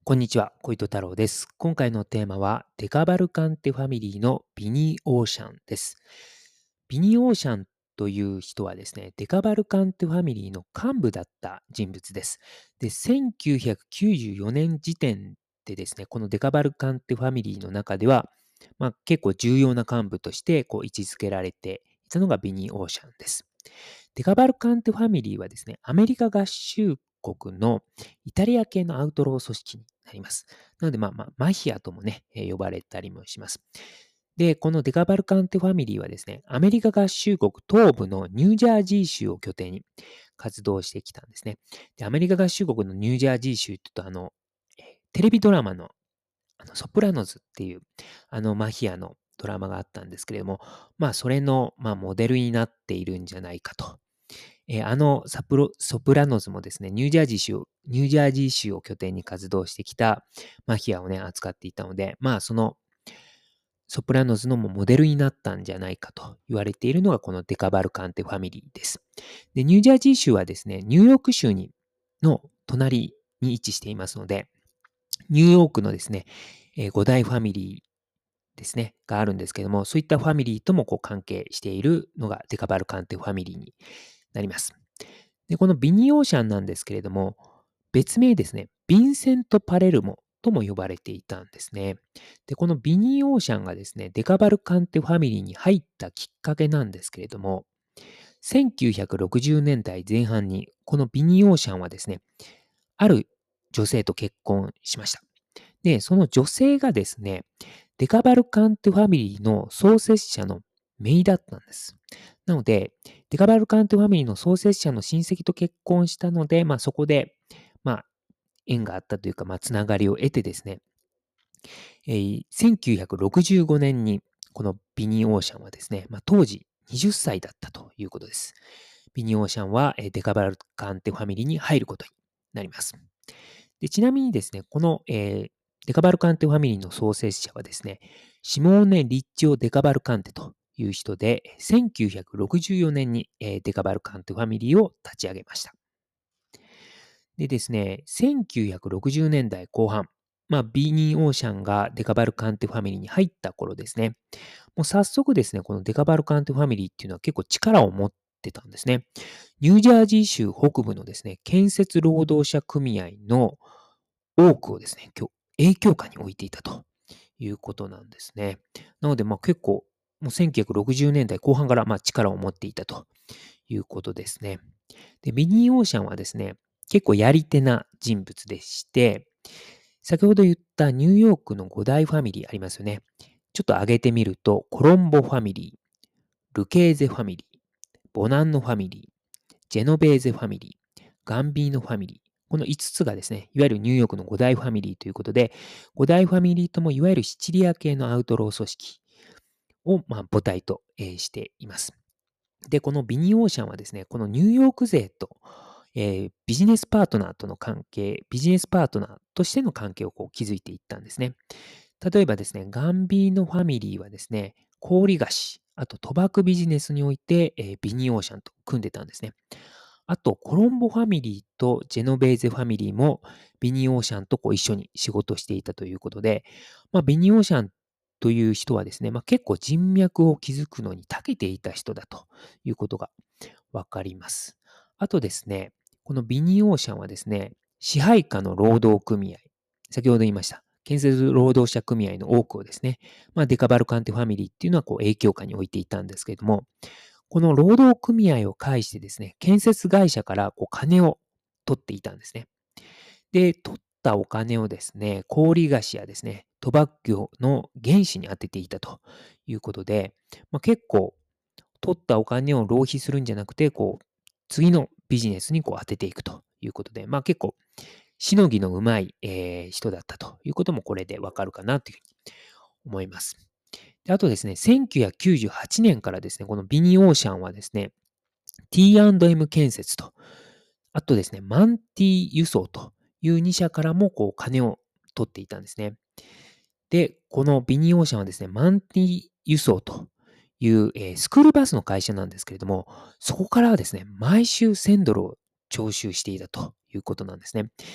こんにちは、小糸太郎です。今回のテーマは、デカバルカンテファミリーのビニー・オーシャンです。ビニー・オーシャンという人はですね、デカバルカンテファミリーの幹部だった人物です。で、1994年時点でですね、このデカバルカンテファミリーの中では、結構重要な幹部として位置づけられていたのがビニー・オーシャンです。デカバルカンテファミリーはですね、アメリカ合衆国のイタリア系のアウトロー組織になります。なので、マフィアともね、呼ばれたりもします。で、このデカバルカンテファミリーはですね、アメリカ合衆国東部のニュージャージー州を拠点に活動してきたんですね。で、アメリカ合衆国のニュージャージー州って言うと、テレビドラマのソプラノズっていう、マフィアのドラマがあったんですけれども、それの、モデルになっているんじゃないかと。ソプラノズもですね、ニュージャージー州を拠点に活動してきたマフィアをね、扱っていたので、そのソプラノズのモデルになったんじゃないかと言われているのがこのデカバルカンテファミリーです。で、ニュージャージー州はですね、ニューヨーク州の隣に位置していますので、ニューヨークのですね、5大ファミリーですね、があるんですけども、そういったファミリーとも関係しているのがデカバルカンテファミリーになります。で、このビニーオーシャンなんですけれども、別名ですね、ヴィンセント・パレルモとも呼ばれていたんですね。で、このビニーオーシャンがですね、デカバルカンテファミリーに入ったきっかけなんですけれども、1960年代前半に、このビニーオーシャンはですね、ある女性と結婚しました。で、その女性がですね、デカバルカンテファミリーの創設者の姪だったんです。なので、デカバルカンテファミリーの創設者の親戚と結婚したので、そこで、まあ、縁があったというか、つながりを得てですね、1965年に、このビニー・オーシャンはですね、当時20歳だったということです。ビニー・オーシャンは、デカバルカンテファミリーに入ることになります。でちなみにですね、この、デカバルカンテファミリーの創設者はですね、シモーネ・リッチオ・デカバルカンテという人で、1964年に、デカバルカンテファミリーを立ち上げました。でですね、1960年代後半、ビーニー・オーシャンがデカバルカンテファミリーに入った頃ですね、もう早速ですね、このデカバルカンテファミリーっていうのは結構力を持ってたんですね。ニュージャージー州北部のですね、建設労働者組合の多くをですね、影響下に置いていたということなんですね。なので、結構、もう1960年代後半から力を持っていたということですね。で、ビニー・オーシャンはですね、結構やり手な人物でして、先ほど言ったニューヨークの5大ファミリーありますよね。ちょっと挙げてみると、コロンボファミリー、ルケーゼファミリー、ボナンノファミリー、ジェノベーゼファミリー、ガンビーノファミリー。この5つがですね、いわゆるニューヨークの5大ファミリーということで、5大ファミリーともいわゆるシチリア系のアウトロー組織を母体としています。で、このビニーオーシャンはですね、このニューヨーク勢と、ビジネスパートナーとの関係、ビジネスパートナーとしての関係を築いていったんですね。例えばですね、ガンビーノファミリーはですね、氷菓子、あと賭博ビジネスにおいて、ビニーオーシャンと組んでたんですね。あと、コロンボファミリーとジェノベーゼファミリーもビニーオーシャンと一緒に仕事をしていたということで、ビニーオーシャンという人はですね、結構人脈を築くのに長けていた人だということがわかります。あとですね、このビニーオーシャンはですね、支配下の労働組合、先ほど言いました、建設労働者組合の多くをですね、デカバルカンテファミリーっていうのは影響下に置いていたんですけれども、この労働組合を介してですね、建設会社から金を取っていたんですね。で、取ったお金をですね、氷菓子やですね、賭博業の原資に充てていたということで、結構取ったお金を浪費するんじゃなくて、次のビジネスに当てていくということで、結構、しのぎのうまい、人だったということもこれでわかるかなというふうに思います。であとですね、1998年からですね、このビニーオーシャンはですね、T&M 建設と、あとですね、マンティ輸送という2社からも金を取っていたんですね。で、このビニーオーシャンはですね、マンティ輸送という、スクールバスの会社なんですけれども、そこからはですね、毎週1000ドルを徴収していたということなんですね。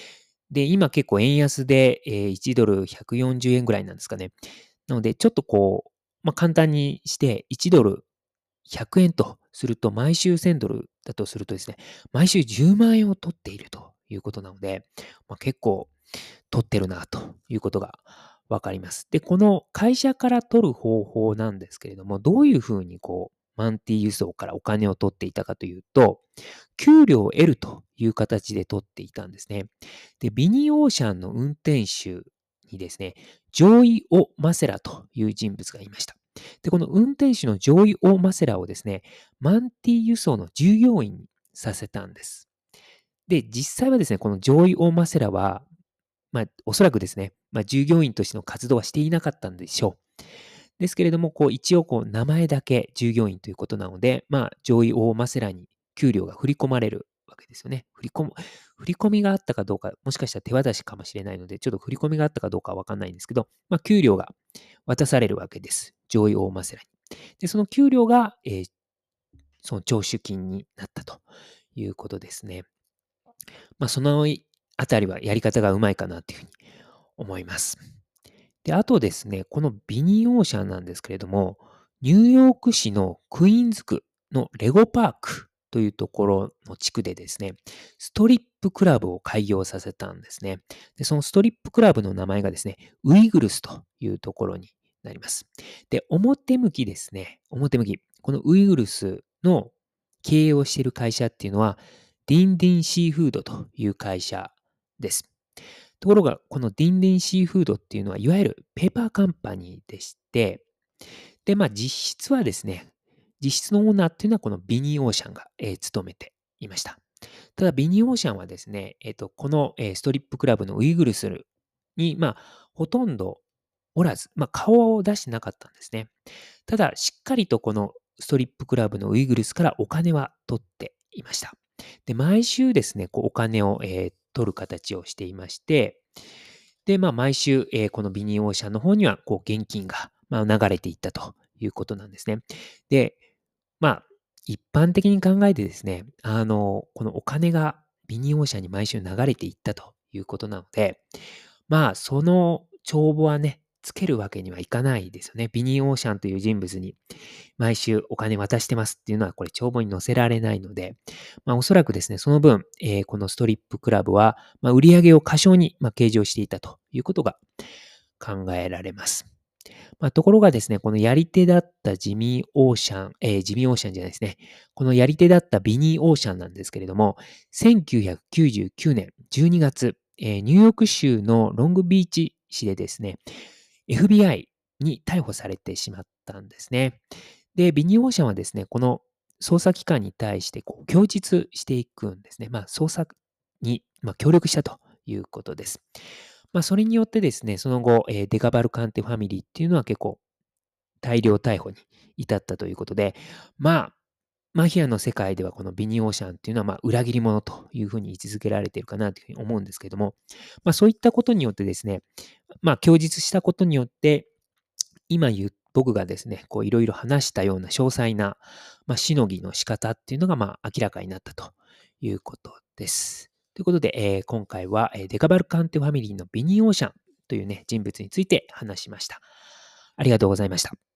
で、今結構円安で、1ドル140円ぐらいなんですかね。なので、ちょっと簡単にして1ドル100円とすると、毎週1000ドルだとするとですね、毎週10万円を取っているということなので、結構取ってるなということがわかります。で、この会社から取る方法なんですけれども、どういうふうにマンティ輸送からお金を取っていたかというと、給料を得るという形で取っていたんですね。で、ビニーオーシャンの運転手にですね、ジョイ・オ・マセラという人物がいました。で、この運転手のジョイ・オ・マセラをですね、マンティ輸送の従業員にさせたんです。で、実際はですね、このジョイ・オ・マセラは、おそらくですね、従業員としての活動はしていなかったんでしょう。ですけれども、一応名前だけ従業員ということなので、ジョイ・オー・マセラに給料が振り込まれるわけですよね。振り込みがあったかどうか、もしかしたら手渡しかもしれないので、ちょっと振り込みがあったかどうかはわかんないんですけど、給料が渡されるわけです。ジョイ・オー・マセラに。で、その給料が、その徴収金になったということですね。そのあたりはやり方がうまいかなというふうに思います。で、あとですね、このビニーオーシャンなんですけれども、ニューヨーク市のクイーンズ区のレゴパークというところの地区でですね、ストリップクラブを開業させたんですね。で、そのストリップクラブの名前がですね、ウイグルスというところになります。で、表向きですね、表向き、このウイグルスの経営をしている会社っていうのは、ディンディンシーフードという会社です。ところが、このディンディンシーフードっていうのは、いわゆるペーパーカンパニーでして、で、実質はですね、実質のオーナーっていうのはこのビニーオーシャンが、務めていました。ただ、ビニーオーシャンはですね、この、ストリップクラブのウイグルスに、ほとんどおらず、顔を出してなかったんですね。ただ、しっかりとこのストリップクラブのウイグルスからお金は取っていました。で、毎週ですね、お金を、取る形をしていまして、で、毎週、このビニーオーシャンの方には、現金が、流れていったということなんですね。で、一般的に考えてですね、このお金がビニーオーシャンに毎週流れていったということなので、その帳簿はね、つけるわけにはいかないですよね。ビニーオーシャンという人物に毎週お金渡してますっていうのはこれ帳簿に載せられないので、おそらくですね、その分、このストリップクラブは、売上を過小に、計上していたということが考えられます。ところがですね、このやり手だったジミーオーシャンじゃないですね。このやり手だったビニーオーシャンなんですけれども、1999年12月、ニューヨーク州のロングビーチ市でですね、FBI に逮捕されてしまったんですね。で、ビニーオーシャンはですね、この捜査機関に対して供述していくんですね。捜査に、協力したということです。それによってですね、その後、デカバルカンテファミリーっていうのは結構大量逮捕に至ったということで、マフィアの世界ではこのビニーオーシャンっていうのは裏切り者というふうに位置づけられているかなというふうに思うんですけども、そういったことによってですね、供述したことによって、僕がですね、いろいろ話したような詳細な、しのぎの仕方っていうのが明らかになったということです。ということで、今回は、デカバルカンテファミリーのビニーオーシャンというね、人物について話しました。ありがとうございました。